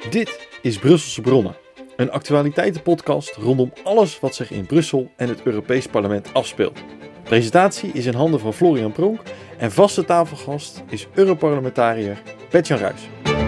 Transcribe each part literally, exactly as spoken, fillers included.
Dit is Brusselse Bronnen, een actualiteitenpodcast rondom alles wat zich in Brussel en het Europees Parlement afspeelt. Presentatie is in handen van Florian Pronk en vaste tafelgast is Europarlementariër Bert-Jan Ruijs.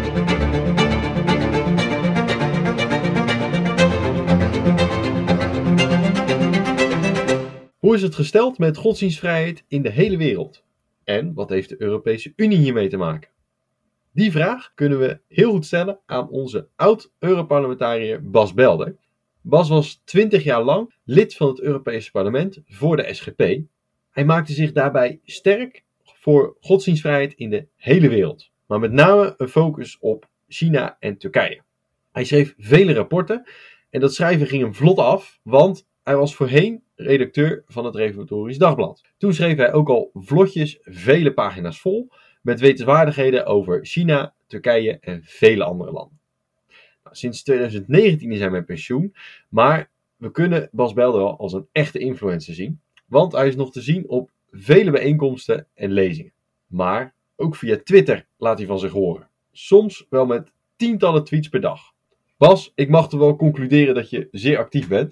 Hoe is het gesteld met godsdienstvrijheid in de hele wereld? En wat heeft de Europese Unie hiermee te maken? Die vraag kunnen we heel goed stellen aan onze oud-Europarlementariër Bas Belder. Bas was twintig jaar lang lid van het Europese Parlement voor de S G P. Hij maakte zich daarbij sterk voor godsdienstvrijheid in de hele wereld. Maar met name een focus op China en Turkije. Hij schreef vele rapporten en dat schrijven ging hem vlot af, want hij was voorheen redacteur van het Reformatorisch Dagblad. Toen schreef hij ook al vlotjes vele pagina's vol met wetenswaardigheden over China, Turkije en vele andere landen. Nou, sinds twintig negentien is hij met pensioen, maar we kunnen Bas Belder al als een echte influencer zien, want hij is nog te zien op vele bijeenkomsten en lezingen. Maar ook via Twitter laat hij van zich horen. Soms wel met tientallen tweets per dag. Bas, ik mag er wel concluderen dat je zeer actief bent.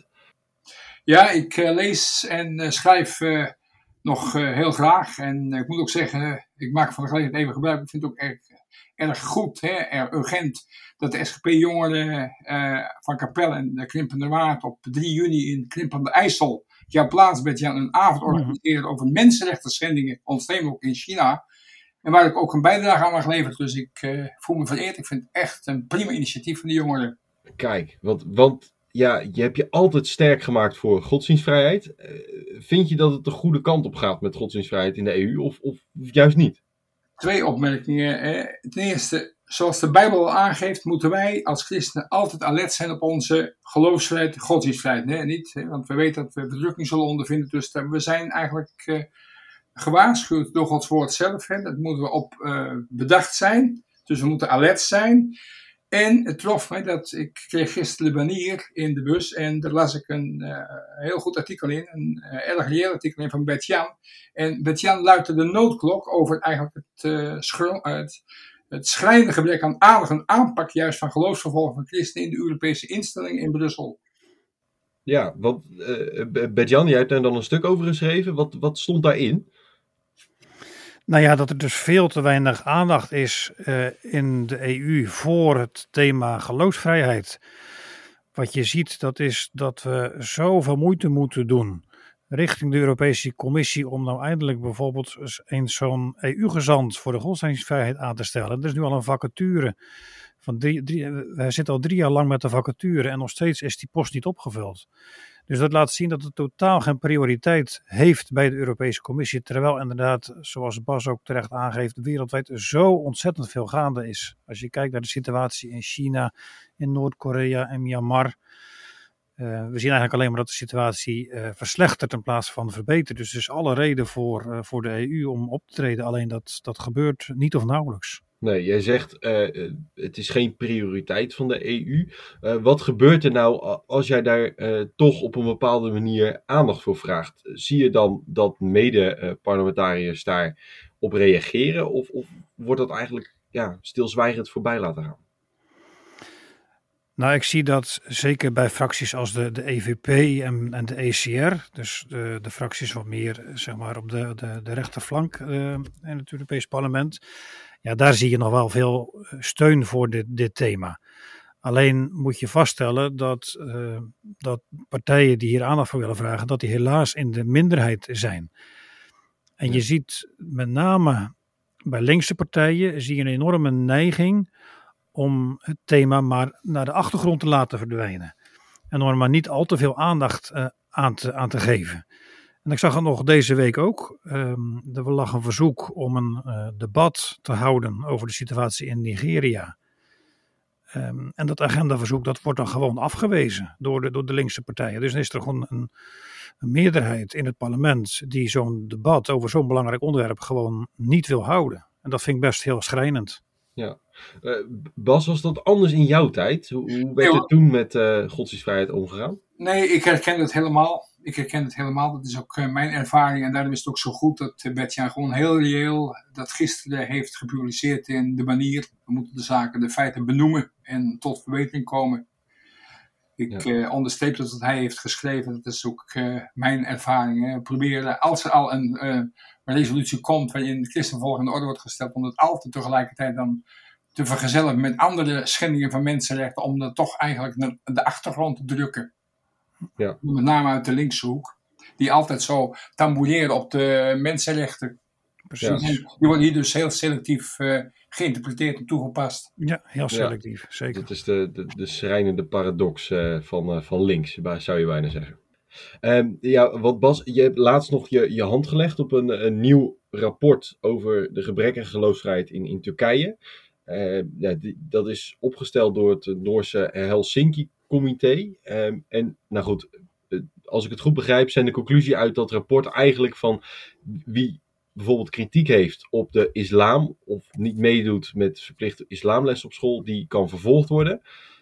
Ja, ik uh, lees en uh, schrijf uh, nog uh, heel graag. En uh, ik moet ook zeggen, uh, ik maak van de gelegenheid even gebruik. Ik vind het ook erg, erg goed, hè, erg urgent, dat de S G P-jongeren uh, van Capelle en de Krimpende Waard op drie juni in Krimpende IJssel, jouw plaats bent, Jan, een avond organiseren over mensenrechten schendingen, ontvreemd ook in China. En waar ik ook een bijdrage aan mag leveren. Dus ik uh, voel me vereerd. Ik vind het echt een prima initiatief van de jongeren. Kijk, want... want... Ja, je hebt je altijd sterk gemaakt voor godsdienstvrijheid. Uh, vind je dat het de goede kant op gaat met godsdienstvrijheid in de E U of, of juist niet? Twee opmerkingen. Eh. Ten eerste, zoals de Bijbel al aangeeft, moeten wij als christenen altijd alert zijn op onze geloofsvrijheid en godsdienstvrijheid. Nee, niet, hè, want we weten dat we bedrukking zullen ondervinden. Dus we zijn eigenlijk uh, gewaarschuwd door Gods woord zelf. Hè. Dat moeten we op uh, bedacht zijn. Dus we moeten alert zijn. En het trof mij dat ik kreeg gisteren de banier in de bus en daar las ik een uh, heel goed artikel in, een uh, erg reëel artikel in van Bert-Jan. En Bert-Jan luidde de noodklok over eigenlijk het, uh, schro- het, het schrijnende gebrek aan aandacht en aanpak juist van geloofsvervolging van christenen in de Europese instellingen in Brussel. Ja, want uh, Bert-Jan, jij hebt daar dan een stuk over geschreven. Wat, wat stond daarin? Nou ja, dat er dus veel te weinig aandacht is uh, in de E U voor het thema geloofsvrijheid. Wat je ziet, dat is dat we zoveel moeite moeten doen richting de Europese Commissie om nou eindelijk bijvoorbeeld eens zo'n E U-gezant voor de godsdienstvrijheid aan te stellen. Er is nu al een vacature. Van drie, drie, wij zitten al drie jaar lang met de vacature en nog steeds is die post niet opgevuld. Dus dat laat zien dat het totaal geen prioriteit heeft bij de Europese Commissie. Terwijl inderdaad, zoals Bas ook terecht aangeeft, wereldwijd zo ontzettend veel gaande is. Als je kijkt naar de situatie in China, in Noord-Korea en Myanmar. Uh, we zien eigenlijk alleen maar dat de situatie uh, verslechtert in plaats van verbetert. Dus er is alle reden voor, uh, voor de E U om op te treden. Alleen dat, dat gebeurt niet of nauwelijks. Nee, jij zegt uh, het is geen prioriteit van de E U. Uh, wat gebeurt er nou als jij daar uh, toch op een bepaalde manier aandacht voor vraagt? Zie je dan dat mede-parlementariërs daarop reageren? Of, of wordt dat eigenlijk ja, stilzwijgend voorbij laten gaan? Nou, ik zie dat zeker bij fracties als de, de E V P en, en de E C R, dus de, de fracties wat meer zeg maar, op de, de, de rechterflank uh, in het Europees Parlement. Ja, daar zie je nog wel veel steun voor dit, dit thema. Alleen moet je vaststellen dat, uh, dat partijen die hier aandacht voor willen vragen, dat die helaas in de minderheid zijn. En je ziet met name bij linkse partijen zie je een enorme neiging om het thema maar naar de achtergrond te laten verdwijnen. En om er maar niet al te veel aandacht uh, aan, te, aan te geven. En ik zag het nog deze week ook. Um, er lag een verzoek om een uh, debat te houden over de situatie in Nigeria. Um, en dat agendaverzoek dat wordt dan gewoon afgewezen door de, door de linkse partijen. Dus dan is er gewoon een, een meerderheid in het parlement die zo'n debat over zo'n belangrijk onderwerp gewoon niet wil houden. En dat vind ik best heel schrijnend. Ja. Uh, Bas, was dat anders in jouw tijd? Hoe, hoe werd er toen met uh, godsdienstvrijheid omgegaan? Nee, ik herken het helemaal. ik herken het helemaal. Dat is ook uh, mijn ervaring. En daarom is het ook zo goed dat uh, Bert-Jan gewoon heel reëel dat gisteren heeft gepubliceerd in De Manier. We moeten de zaken, de feiten benoemen en tot verbetering komen. Ik ja. uh, onderstreep dat wat hij heeft geschreven. Dat is ook uh, mijn ervaring. Hè. Proberen, als er al een, uh, een resolutie komt waarin de christenvolk in de orde wordt gesteld, om dat altijd tegelijkertijd dan te vergezellen met andere schendingen van mensenrechten, om dat toch eigenlijk naar de achtergrond te drukken. Ja. Met name uit de linkse hoek. Die altijd zo tamboureren op de mensenrechten. Precies. Ja. Die worden hier dus heel selectief uh, geïnterpreteerd en toegepast. Ja, heel selectief, ja, zeker. Dat is de, de, de schrijnende paradox uh, van, uh, van links, zou je bijna zeggen. Um, ja, wat Bas, je hebt laatst nog je, je hand gelegd op een, een nieuw rapport over de gebrekkige geloofsvrijheid in, in Turkije. Uh, ja, die, dat is opgesteld door het Noorse Helsinki-comité. Um, en nou goed, als ik het goed begrijp, zijn de conclusie uit dat rapport eigenlijk van wie bijvoorbeeld kritiek heeft op de islam of niet meedoet met verplichte islamles op school, die kan vervolgd worden.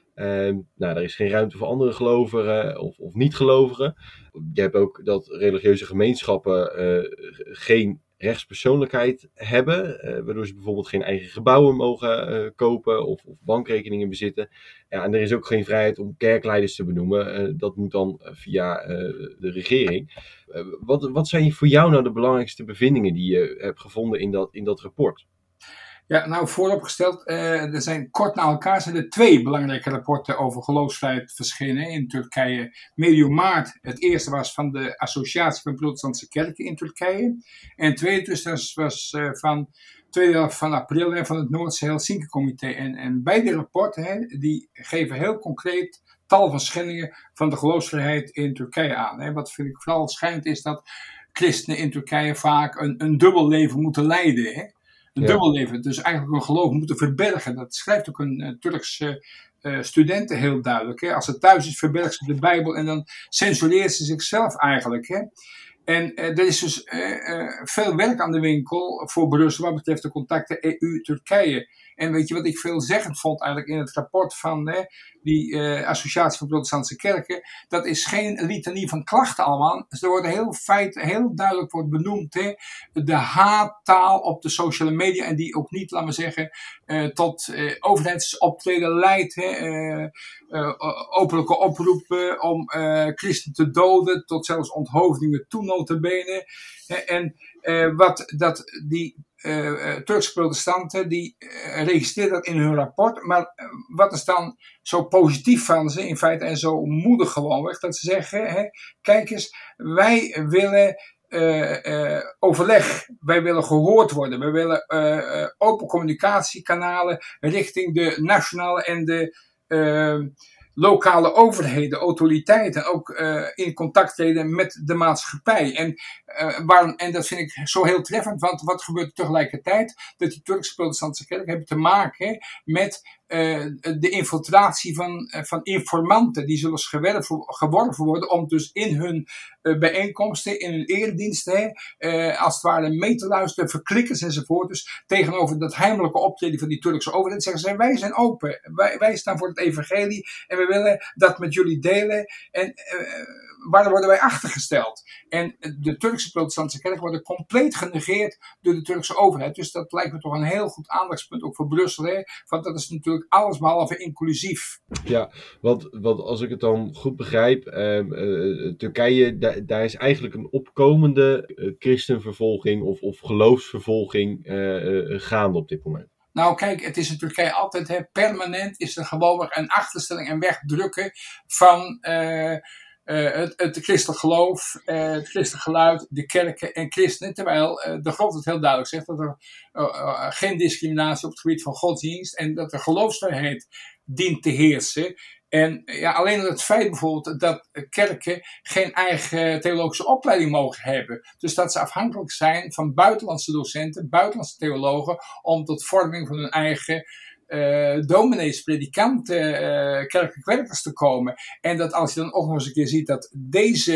Um, nou, er is geen ruimte voor andere gelovigen of, of niet-gelovigen. Je hebt ook dat religieuze gemeenschappen uh, geen rechtspersoonlijkheid hebben, uh, waardoor ze bijvoorbeeld geen eigen gebouwen mogen uh, kopen of, of bankrekeningen bezitten. Ja, en er is ook geen vrijheid om kerkleiders te benoemen. Uh, dat moet dan uh, via uh, de regering. Uh, wat, wat zijn voor jou nou de belangrijkste bevindingen die je hebt gevonden in dat, in dat rapport? Ja, nou vooropgesteld, uh, er zijn kort na elkaar zijn er twee belangrijke rapporten over geloofsvrijheid verschenen in Turkije. Medio maart, het eerste was van de Associatie van Protestantse Kerken in Turkije. En het tweede dus was, was uh, van tweede helft van april hè, van het Noordse Helsinki-comité. En, en beide rapporten hè, die geven heel concreet tal van schendingen van de geloofsvrijheid in Turkije aan. Hè. Wat vind ik vooral schijnt is dat christenen in Turkije vaak een, een dubbel leven moeten leiden. Hè. Een ja. dubbel leven, dus eigenlijk een geloof moeten verbergen. Dat schrijft ook een uh, Turkse uh, studenten heel duidelijk. Hè. Als het thuis is, verbergt ze de Bijbel en dan censureert ze zichzelf eigenlijk. Hè. En uh, er is dus uh, uh, veel werk aan de winkel voor Brussel wat betreft de contacten E U-Turkije. En weet je wat ik veelzeggend vond eigenlijk in het rapport van hè, die uh, Associatie van Protestantse Kerken? Dat is geen litanie van klachten allemaal. Dus er wordt heel feit, heel duidelijk wordt benoemd hè, de haattaal op de sociale media en die ook niet, laten we zeggen, uh, tot uh, overheidsoptreden leidt. Hè, uh, uh, openlijke oproepen om uh, christenen te doden, tot zelfs onthoofdingen toe notabene. En uh, wat dat die Uh, uh, Turkse protestanten die uh, registreren dat in hun rapport, maar uh, wat is dan zo positief van ze in feite en zo moedig gewoonweg dat ze zeggen, hè, kijk eens, wij willen uh, uh, overleg, wij willen gehoord worden, wij willen uh, uh, open communicatiekanalen richting de nationale en de uh, lokale overheden, autoriteiten, ook uh, in contact treden met de maatschappij. En, uh, waarom, en dat vind ik zo heel treffend, want wat gebeurt er tegelijkertijd? Dat die Turkse protestantse kerken hebben te maken met uh, de infiltratie van, uh, van informanten. Die zullen gewerven, geworven worden om dus in hun uh, bijeenkomsten, in hun erediensten, uh, als het ware mee te luisteren, verklikkers enzovoort. Dus tegenover dat heimelijke optreden van die Turkse overheid zeggen ze, wij zijn open, wij, wij staan voor het evangelie en we willen dat met jullie delen. En uh, waar worden wij achtergesteld? En de Turkse protestantse kerk wordt compleet genegeerd door de Turkse overheid. Dus dat lijkt me toch een heel goed aandachtspunt ook voor Brussel. Hè? Want dat is natuurlijk allesbehalve inclusief. Ja, want, want als ik het dan goed begrijp, uh, uh, Turkije, da- daar is eigenlijk een opkomende uh, christenvervolging of, of geloofsvervolging uh, uh, gaande op dit moment. Nou kijk, het is in Turkije altijd hè, permanent is er gewoon een achterstelling en wegdrukken van uh, uh, het, het christelijk geloof, uh, het christelijk geluid, de kerken en christenen. Terwijl uh, de grondwet heel duidelijk zegt dat er uh, uh, geen discriminatie op het gebied van godsdienst en dat de geloofsvrijheid dient te heersen. En ja, alleen het feit bijvoorbeeld dat kerken geen eigen theologische opleiding mogen hebben. Dus dat ze afhankelijk zijn van buitenlandse docenten, buitenlandse theologen, om tot vorming van hun eigen uh, dominees, predikanten, uh, kerkelijk werkers te komen. En dat als je dan ook nog eens een keer ziet dat deze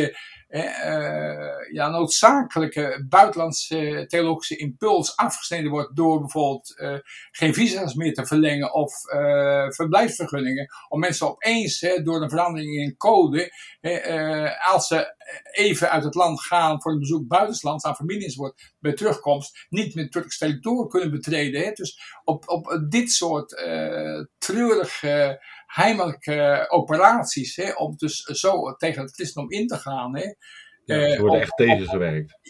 uh, ja, noodzakelijke buitenlandse theologische impuls afgesneden wordt door bijvoorbeeld uh, geen visa's meer te verlengen of uh, verblijfsvergunningen, om mensen opeens uh, door een verandering in code, uh, als ze even uit het land gaan voor een bezoek buitenslands aan families wordt bij terugkomst, niet met Turks territorium kunnen betreden. Hè. Dus op, op dit soort uh, treurige heimelijke operaties, hè, om dus zo tegen het christendom in te gaan. Hè. Ja, ze worden uh, echt tegengewerkt.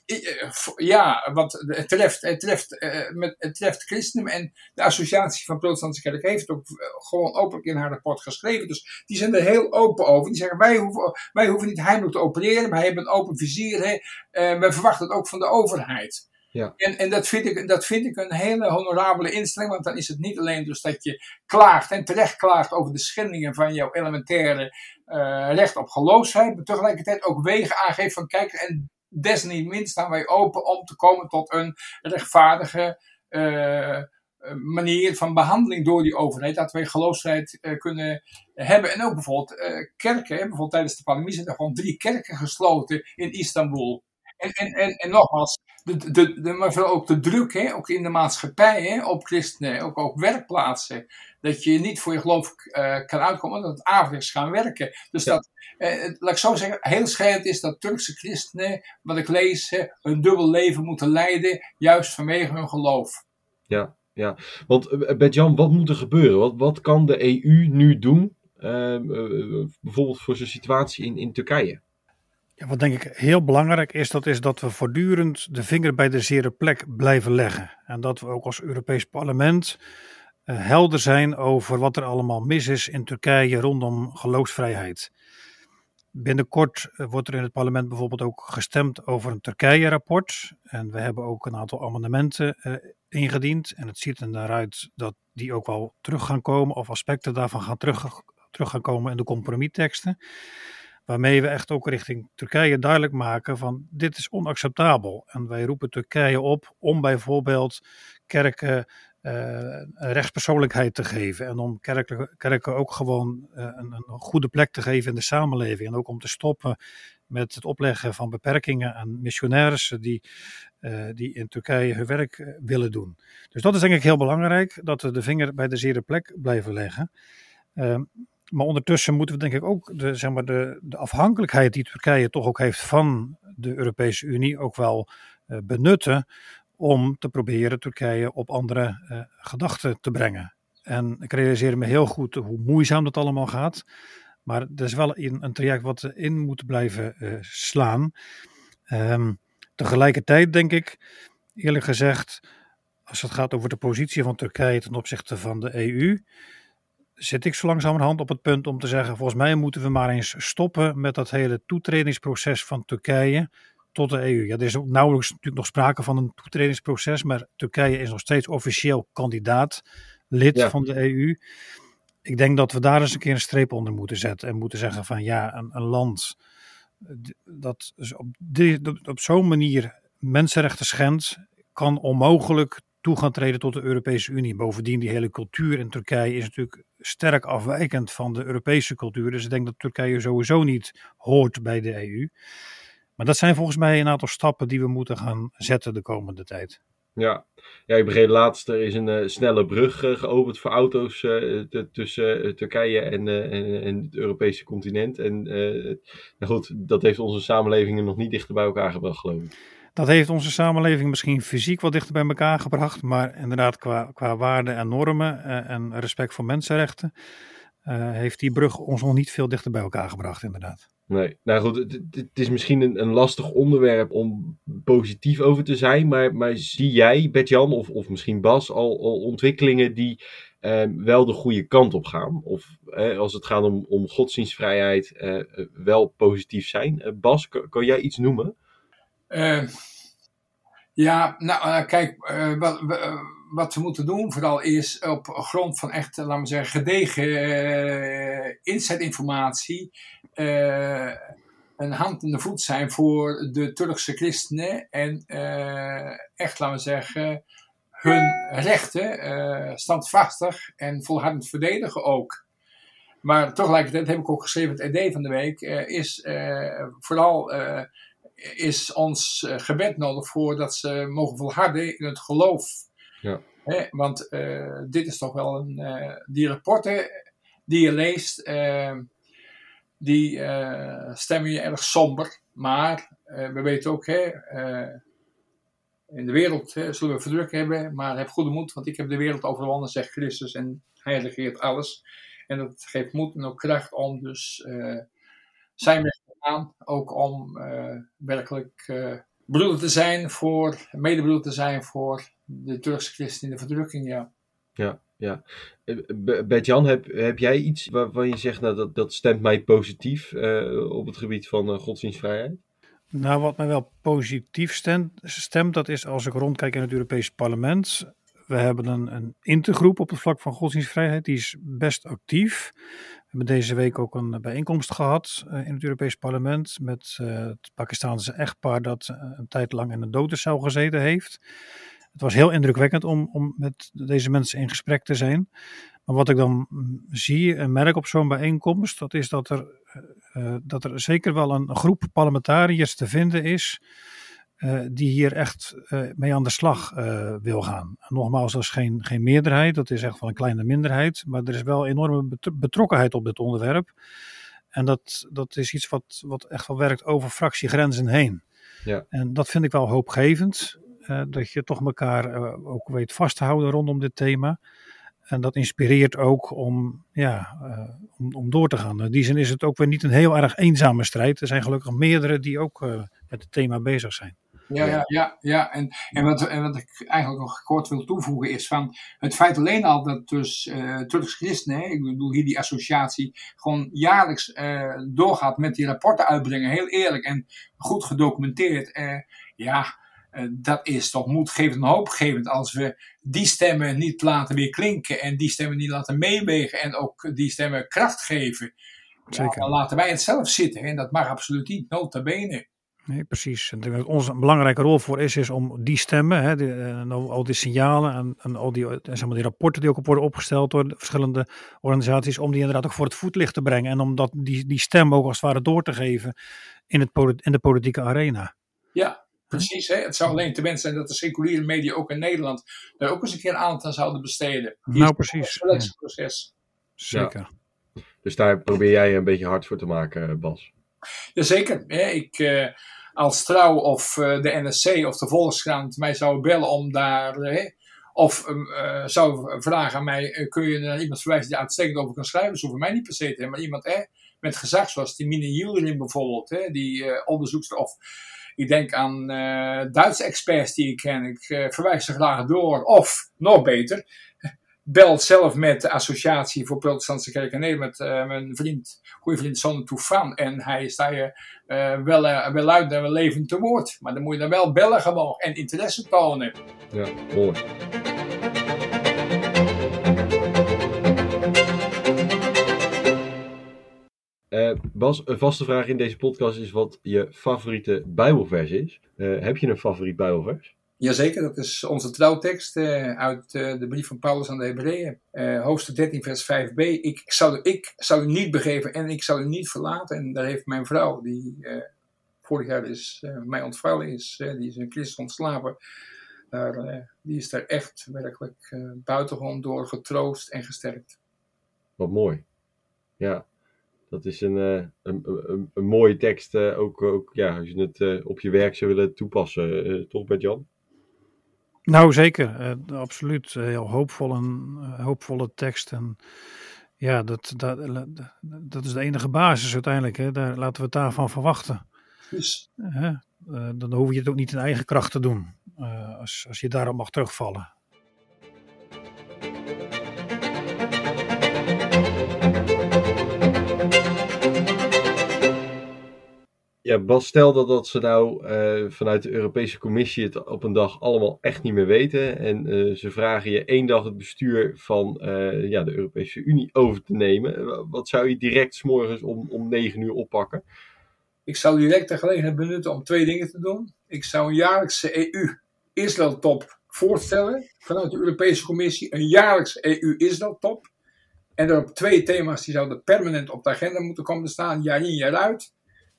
Ja, want het treft, het, treft, uh, met, het treft christendom en de Associatie van Protestantse Kerk heeft het ook gewoon openlijk in haar rapport geschreven. Dus die zijn er heel open over. Die zeggen, wij hoeven, wij hoeven niet heimelijk te opereren, wij hebben een open vizier. Hè. Uh, wij verwachten het ook van de overheid. Ja. En, en dat, vind ik, dat vind ik een hele honorabele instelling, want dan is het niet alleen dus dat je klaagt en terecht klaagt over de schendingen van jouw elementaire uh, recht op geloofsvrijheid, maar tegelijkertijd ook wegen aangeeft van kijk, en desniettemin staan wij open om te komen tot een rechtvaardige uh, manier van behandeling door die overheid, dat wij geloofsvrijheid uh, kunnen hebben. En ook bijvoorbeeld uh, kerken, hè, bijvoorbeeld tijdens de pandemie zijn er gewoon drie kerken gesloten in Istanbul. En, en, en, en nogmaals, de, de, de, maar vooral ook de druk, hè, ook in de maatschappij, hè, op christenen, ook op werkplaatsen, dat je niet voor je geloof uh, kan uitkomen, dat het averechts gaan werken. Dus ja. dat, uh, laat ik zo zeggen, heel schrijnend is dat Turkse christenen, wat ik lees, uh, een dubbel leven moeten leiden, juist vanwege hun geloof. Ja, ja. Want uh, Bert-Jan, wat moet er gebeuren? Wat, wat kan de E U nu doen, uh, uh, bijvoorbeeld voor zijn situatie in, in Turkije? Ja, wat denk ik heel belangrijk is, dat is dat we voortdurend de vinger bij de zere plek blijven leggen. En dat we ook als Europees Parlement uh, helder zijn over wat er allemaal mis is in Turkije rondom geloofsvrijheid. Binnenkort uh, wordt er in het parlement bijvoorbeeld ook gestemd over een Turkije-rapport. En we hebben ook een aantal amendementen uh, ingediend. En het ziet er naar uit dat die ook wel terug gaan komen, of aspecten daarvan gaan terug, terug gaan komen in de compromisteksten. Waarmee we echt ook richting Turkije duidelijk maken van dit is onacceptabel. En wij roepen Turkije op om bijvoorbeeld kerken uh, een rechtspersoonlijkheid te geven. En om kerken, kerken ook gewoon uh, een, een goede plek te geven in de samenleving. En ook om te stoppen met het opleggen van beperkingen aan missionaires die, uh, die in Turkije hun werk uh, willen doen. Dus dat is denk ik heel belangrijk, dat we de vinger bij de zere plek blijven leggen. Uh, Maar ondertussen moeten we denk ik ook de, zeg maar de, de afhankelijkheid die Turkije toch ook heeft van de Europese Unie ook wel uh, benutten om te proberen Turkije op andere uh, gedachten te brengen. En ik realiseer me heel goed hoe moeizaam dat allemaal gaat. Maar er is wel een, een traject wat we in moeten blijven uh, slaan. Um, tegelijkertijd denk ik, eerlijk gezegd, als het gaat over de positie van Turkije ten opzichte van de E U, zit ik zo langzamerhand op het punt om te zeggen, volgens mij moeten we maar eens stoppen met dat hele toetredingsproces van Turkije tot de E U. Ja, er is ook nauwelijks natuurlijk nog sprake van een toetredingsproces, maar Turkije is nog steeds officieel kandidaat lid ja. van de E U. Ik denk dat we daar eens een keer een streep onder moeten zetten en moeten zeggen van ja, een, een land dat op, die, op zo'n manier mensenrechten schendt, kan onmogelijk toe gaan treden tot de Europese Unie. Bovendien, die hele cultuur in Turkije is natuurlijk sterk afwijkend van de Europese cultuur. Dus ik denk dat Turkije sowieso niet hoort bij de E U. Maar dat zijn volgens mij een aantal stappen die we moeten gaan zetten de komende tijd. Ja, ja ik begreep laatst, er is een uh, snelle brug uh, geopend voor auto's uh, t- tussen uh, Turkije en, uh, en, en het Europese continent. En uh, nou goed, dat heeft onze samenlevingen nog niet dichter bij elkaar gebracht, geloof ik. Dat heeft onze samenleving misschien fysiek wat dichter bij elkaar gebracht, maar inderdaad qua, qua waarden en normen uh, en respect voor mensenrechten uh, heeft die brug ons nog niet veel dichter bij elkaar gebracht, inderdaad. Nee, nou goed, het, het is misschien een, een lastig onderwerp om positief over te zijn, maar, maar zie jij, Bert-Jan, of, of misschien Bas, al, al ontwikkelingen die uh, wel de goede kant op gaan? Of uh, als het gaat om, om godsdienstvrijheid, uh, wel positief zijn? Uh, Bas, kan, kan jij iets noemen? Uh, ja, nou uh, kijk, uh, wat, uh, wat we moeten doen vooral is op grond van echt, uh, laten we zeggen, gedegen uh, inside-informatie uh, een hand en de voet zijn voor de Turkse christenen en uh, echt, laten we zeggen, hun rechten uh, standvastig en volhardend verdedigen ook. Maar tegelijkertijd heb ik ook geschreven, het idee van de week uh, is uh, vooral uh, is ons uh, gebed nodig voor dat ze mogen volharden in het geloof. Ja. Hè? Want uh, dit is toch wel een, uh, die rapporten die je leest, uh, die uh, stemmen je erg somber. Maar uh, we weten ook, hè, uh, in de wereld hè, zullen we verdrukking hebben, maar heb goede moed, want ik heb de wereld overwonnen, zegt Christus, en hij regeert alles. En dat geeft moed en ook kracht om dus uh, zijn weg te gaan, ook om uh, werkelijk uh, broeder te zijn voor, medebroeder te zijn voor de Turkse christenen in de verdrukking, ja. Ja, ja. Bert-Jan, heb, heb jij iets waarvan je zegt, nou, dat, dat stemt mij positief uh, op het gebied van uh, godsdienstvrijheid? Nou, wat mij wel positief stemt, stemt, dat is als ik rondkijk in het Europese parlement. We hebben een, een intergroep op het vlak van godsdienstvrijheid, die is best actief. We hebben deze week ook een bijeenkomst gehad uh, in het Europees parlement met uh, het Pakistaanse echtpaar dat uh, een tijd lang in een dodencel gezeten heeft. Het was heel indrukwekkend om, om met deze mensen in gesprek te zijn. Maar wat ik dan zie en merk op zo'n bijeenkomst, dat is dat er, uh, dat er zeker wel een groep parlementariërs te vinden is uh, die hier echt uh, mee aan de slag uh, wil gaan. En nogmaals, dat is geen, geen meerderheid, dat is echt wel een kleine minderheid, maar er is wel enorme betrokkenheid op dit onderwerp. En dat, dat is iets wat, wat echt wel werkt over fractiegrenzen heen. Ja. En dat vind ik wel hoopgevend. Uh, dat je toch elkaar uh, ook weet vast te houden rondom dit thema. En dat inspireert ook om, ja, uh, om, om door te gaan. In die zin is het ook weer niet een heel erg eenzame strijd. Er zijn gelukkig meerdere die ook uh, met het thema bezig zijn. Ja, ja, ja, ja. En, en, wat, en wat ik eigenlijk nog kort wil toevoegen is van het feit alleen al dat dus uh, Turks christenen, hè, ik bedoel hier die associatie, gewoon jaarlijks uh, doorgaat met die rapporten uitbrengen, heel eerlijk en goed gedocumenteerd. Uh, ja, uh, dat is toch moedgevend en hoopgevend als we die stemmen niet laten weer klinken en die stemmen niet laten meewegen en ook die stemmen kracht geven. Ja, dan laten wij het zelf zitten en dat mag absoluut niet, nota bene. Nee, precies. En wat onze belangrijke rol voor is, is om die stemmen, hè, die, en al die signalen en, en al die, zeg maar, die rapporten die ook worden opgesteld door de verschillende organisaties, om die inderdaad ook voor het voetlicht te brengen en om dat, die, die stem ook als het ware door te geven in, het, in de politieke arena. Ja, precies. Hè? Het zou alleen te wensen zijn dat de seculiere media ook in Nederland daar ook eens een keer aandacht aan zouden besteden. Die nou, precies. Het selectieproces. Ja. Zeker. Ja. Dus daar probeer jij een beetje hard voor te maken, Bas. Jazeker. Hè? Ik... Uh, als Trouw of uh, de N S C of de Volkskrant mij zouden bellen om daar, uh, of uh, zou vragen aan mij, uh, kun je naar iemand verwijzen die uitstekend over kan schrijven, dus hoeven mij niet per se te hebben, maar iemand uh, met gezag zoals die Mine Yildirim bijvoorbeeld, uh, die uh, onderzoekster, of ik denk aan uh, Duitse experts die ik ken, ik uh, verwijs ze graag door, of nog beter, bel zelf met de Associatie voor Protestantse Kerk in Nederland, met uh, mijn vriend, goede vriend Sonne Toufan. En hij is daar uh, wel, uh, wel luid en wel levend te woord. Maar dan moet je dan wel bellen gewoon en interesse tonen. Ja, mooi. Uh, Bas, een vaste vraag in deze podcast is wat je favoriete Bijbelvers is. Uh, heb je een favoriet Bijbelvers? Jazeker, dat is onze trouwtekst uh, uit uh, de brief van Paulus aan de Hebreeën. Uh, hoofdstuk dertien vers vijf b. Ik zou, ik zou u niet begeven en ik zou u niet verlaten. En daar heeft mijn vrouw, die uh, vorig jaar is, uh, mij ontvallen is, uh, die is een christen ontslapen. Daar, uh, die is daar echt werkelijk uh, buitengewoon door getroost en gesterkt. Wat mooi. Ja, dat is een, uh, een, een, een mooie tekst. Uh, ook, ook ja, als je het uh, op je werk zou willen toepassen. Uh, toch, Bert-Jan? Nou, zeker. Uh, absoluut. Uh, heel hoopvol en, uh, hoopvolle tekst. En ja, dat, dat, dat is de enige basis uiteindelijk. Hè. Daar laten we het daarvan verwachten. Dus. Uh, uh, dan hoef je het ook niet in eigen kracht te doen. Uh, als, als je daarop mag terugvallen. Ja, Bas, stel dat, dat ze nou uh, vanuit de Europese Commissie het op een dag allemaal echt niet meer weten. En uh, ze vragen je één dag het bestuur van uh, ja, de Europese Unie over te nemen. Wat zou je direct 's morgens om, om negen uur oppakken? Ik zou direct de gelegenheid benutten om twee dingen te doen. Ik zou een jaarlijkse E U-Israël-top voorstellen vanuit de Europese Commissie. Een jaarlijkse E U-Israël-top. En er op twee thema's die zouden permanent op de agenda moeten komen te staan, jaar in jaar uit.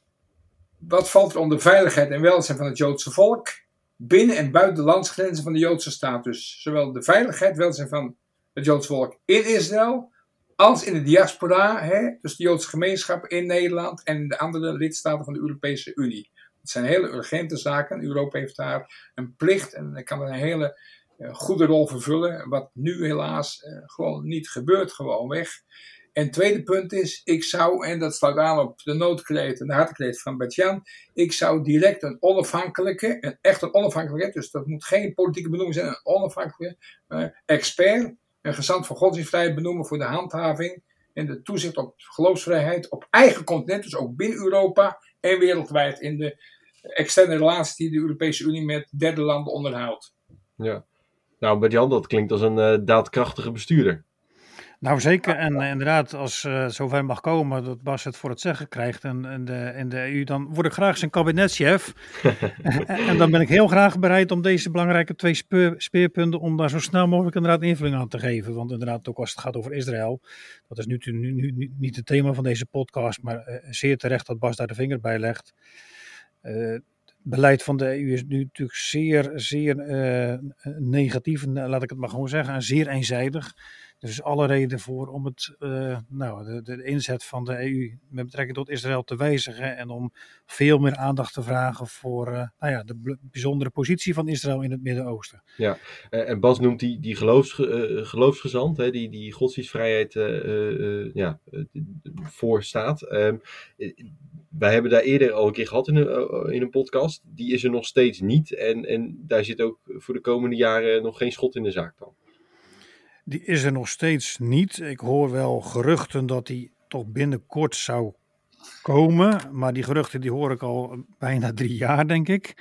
Wat valt er onder veiligheid en welzijn van het Joodse volk binnen en buiten de landsgrenzen van de Joodse staat? Dus zowel de veiligheid en welzijn van het Joodse volk in Israël als in de diaspora, hè, dus de Joodse gemeenschap in Nederland en de andere lidstaten van de Europese Unie. Het zijn hele urgente zaken. Europa heeft daar een plicht en kan er een hele uh, goede rol vervullen, wat nu helaas uh, gewoon niet gebeurt, gewoon weg. En het tweede punt is, ik zou, en dat sluit aan op de noodkreet en de hartekreet van Bert-Jan, ik zou direct een onafhankelijke, een echt een onafhankelijke, dus dat moet geen politieke benoeming zijn, een onafhankelijke uh, expert, een gezant van godsdienstvrijheid benoemen voor de handhaving en de toezicht op geloofsvrijheid op eigen continent, dus ook binnen Europa en wereldwijd in de externe relaties die de Europese Unie met derde landen onderhoudt. Ja, nou Bert-Jan, dat klinkt als een uh, daadkrachtige bestuurder. Nou zeker, en uh, inderdaad, als uh, zover mag komen dat Bas het voor het zeggen krijgt en, en, de, en de E U, dan word ik graag zijn kabinetschef. en, en dan ben ik heel graag bereid om deze belangrijke twee speer, speerpunten, om daar zo snel mogelijk inderdaad invulling aan te geven. Want inderdaad, ook als het gaat over Israël, dat is nu, nu, nu, nu niet het thema van deze podcast, maar uh, zeer terecht dat Bas daar de vinger bij legt. Uh, Het beleid van de E U is nu natuurlijk zeer, zeer uh, negatief, laat ik het maar gewoon zeggen, en zeer eenzijdig. Er is alle reden voor om het, uh, nou, de, de inzet van de E U met betrekking tot Israël te wijzigen en om veel meer aandacht te vragen voor uh, nou ja, de bijzondere positie van Israël in het Midden-Oosten. Ja, uh, en Bas noemt die, die geloofs, uh, geloofsgezant, hè, die, die godsdienstvrijheid uh, uh, ja, uh, voor staat. Um, wij hebben daar eerder al een keer gehad in een, uh, in een podcast. Die is er nog steeds niet en, en daar zit ook voor de komende jaren nog geen schot in de zaak dan. Die is er nog steeds niet. Ik hoor wel geruchten dat die toch binnenkort zou komen. Maar die geruchten die hoor ik al bijna drie jaar, denk ik.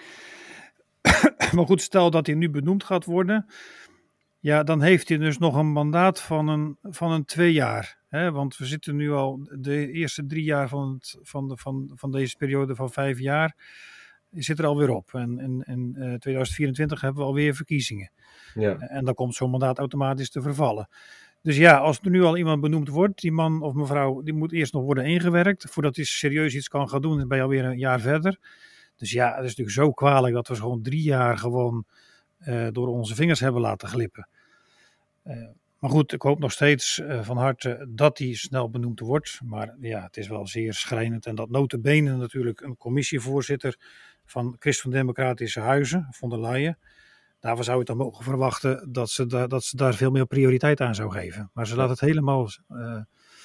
Maar goed, stel dat hij nu benoemd gaat worden. Ja, dan heeft hij dus nog een mandaat van een, van een twee jaar. Hè? Want we zitten nu al de eerste drie jaar van, het, van, de, van, van deze periode van vijf jaar. Zit er alweer op. En in, in uh, tweeduizend vierentwintig hebben we alweer verkiezingen. Ja. En dan komt zo'n mandaat automatisch te vervallen. Dus ja, als er nu al iemand benoemd wordt, die man of mevrouw, die moet eerst nog worden ingewerkt. Voordat hij serieus iets kan gaan doen, ben je alweer een jaar verder. Dus ja, het is natuurlijk zo kwalijk dat we gewoon drie jaar gewoon uh, door onze vingers hebben laten glippen. Uh, maar goed, ik hoop nog steeds uh, van harte dat hij snel benoemd wordt. Maar ja, het is wel zeer schrijnend. En dat nota bene natuurlijk een commissievoorzitter van Christen-Democratische Huizen, von der Leyen. Daarvoor zou je dan mogen verwachten dat ze, da- dat ze daar veel meer prioriteit aan zou geven. Maar ze laat het helemaal uh,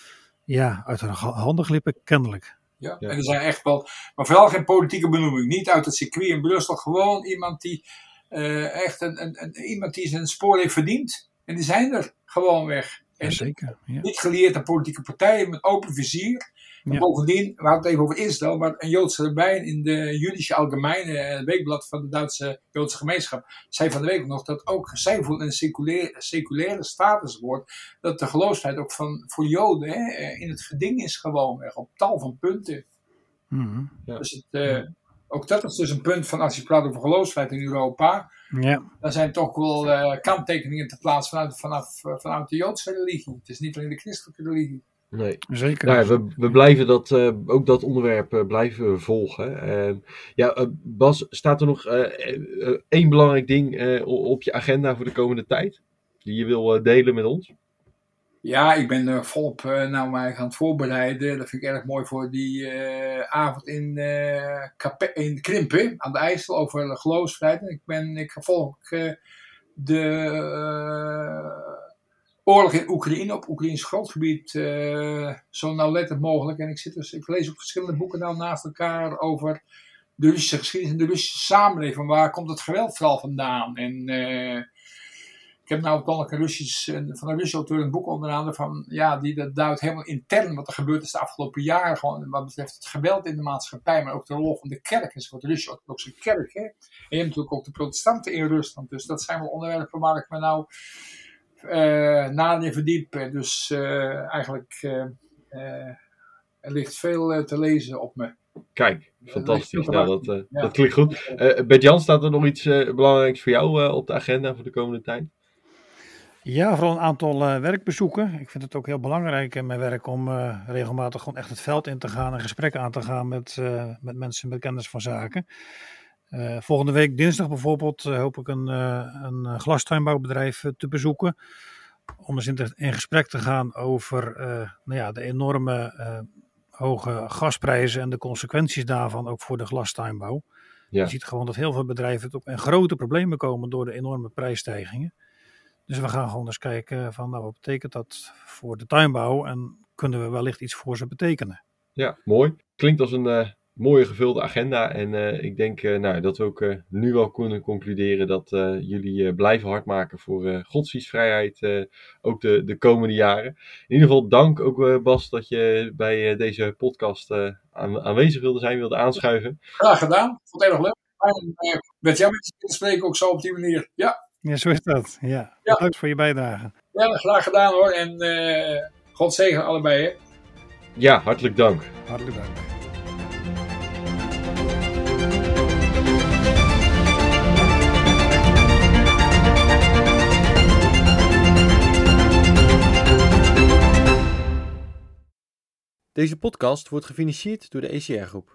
ja, uit haar handen glippen, kennelijk. Ja, en er zijn echt wel, maar vooral geen politieke benoeming. Niet uit het circuit in Brussel, gewoon iemand die uh, echt een, een, een, iemand die zijn spoor heeft verdiend. En die zijn er gewoon weg. En ja, zeker. Ja. Niet geleerd aan politieke partijen met open vizier. En ja. Bovendien, we hadden het even over Israël, maar een Joodse rabbijn in de Jüdische Allgemeine, het weekblad van de Duitse Joodse gemeenschap, zei van de week nog dat ook zij voelt een seculaire, seculaire status wordt, dat de geloofsvrijheid ook van, voor Joden hè, in het geding is gewoon weg, op tal van punten. Mm-hmm. Ja. Dus het, uh, ook dat is dus een punt van als je praat over geloofsvrijheid in Europa, ja. dan zijn toch wel uh, kanttekeningen te plaatsen vanuit, vanaf, vanuit de Joodse religie. Het is niet alleen de christelijke religie. Nee, zeker. Nou ja, we, we blijven dat, uh, ook dat onderwerp uh, blijven volgen. Uh, ja, uh, Bas, staat er nog uh, uh, één belangrijk ding uh, op je agenda voor de komende tijd? Die je wil uh, delen met ons? Ja, ik ben uh, volop uh, nou maar aan het voorbereiden. Dat vind ik erg mooi voor die uh, avond in, uh, Kape- in Krimpen aan de IJssel over uh, geloofsvrijheid. Ik, ben, ik volg uh, de... Uh, oorlog in Oekraïne, op Oekraïns grondgebied, uh, zo nauwlettend mogelijk. En ik, zit dus, ik lees ook verschillende boeken nou naast elkaar over de Russische geschiedenis en de Russische samenleving. Waar komt het geweld vooral vandaan? En uh, ik heb nou ook een Russisch, van een Russische auteur een boek onder andere van, ja, die dat duidt helemaal intern wat er gebeurd is de afgelopen jaren. Gewoon wat betreft het geweld in de maatschappij, maar ook de rol van de kerk. Dus de Russische orthodoxe kerk. Hè? En je hebt natuurlijk ook de protestanten in Rusland. Dus dat zijn wel onderwerpen waar ik me nou Uh, nader verdiepen. Dus uh, eigenlijk uh, uh, er ligt veel uh, te lezen op me. Kijk, fantastisch. Nou, dat, uh, ja. dat klinkt goed. Uh, Bert-Jan, staat er nog iets uh, belangrijks voor jou uh, op de agenda voor de komende tijd? Ja, vooral een aantal uh, werkbezoeken. Ik vind het ook heel belangrijk in mijn werk om uh, regelmatig gewoon echt het veld in te gaan en gesprekken aan te gaan met, uh, met mensen met kennis van zaken. Uh, volgende week dinsdag bijvoorbeeld uh, hoop ik een, uh, een glastuinbouwbedrijf uh, te bezoeken. Om eens in, te, in gesprek te gaan over uh, nou ja, de enorme uh, hoge gasprijzen en de consequenties daarvan ook voor de glastuinbouw. Ja. Je ziet gewoon dat heel veel bedrijven ook in grote problemen komen door de enorme prijsstijgingen. Dus we gaan gewoon eens kijken van nou, wat betekent dat voor de tuinbouw en kunnen we wellicht iets voor ze betekenen. Ja, mooi. Klinkt als een uh, mooie gevulde agenda en uh, ik denk uh, nou, dat we ook uh, nu wel kunnen concluderen dat uh, jullie uh, blijven hard maken voor uh, godsdienstvrijheid, uh, ook de, de komende jaren. In ieder geval dank ook uh, Bas dat je bij uh, deze podcast uh, aan, aanwezig wilde zijn, wilde aanschuiven. Graag gedaan, vond het heel erg leuk. En, uh, met jou met je te spreken ook zo op die manier, ja. Ja, zo is dat. Ja. Ja. Bedankt voor je bijdrage. Ja, graag gedaan hoor. En uh, God zegen allebei. Hè. Ja, hartelijk dank. Hartelijk dank. Deze podcast wordt gefinancierd door de E C R Groep.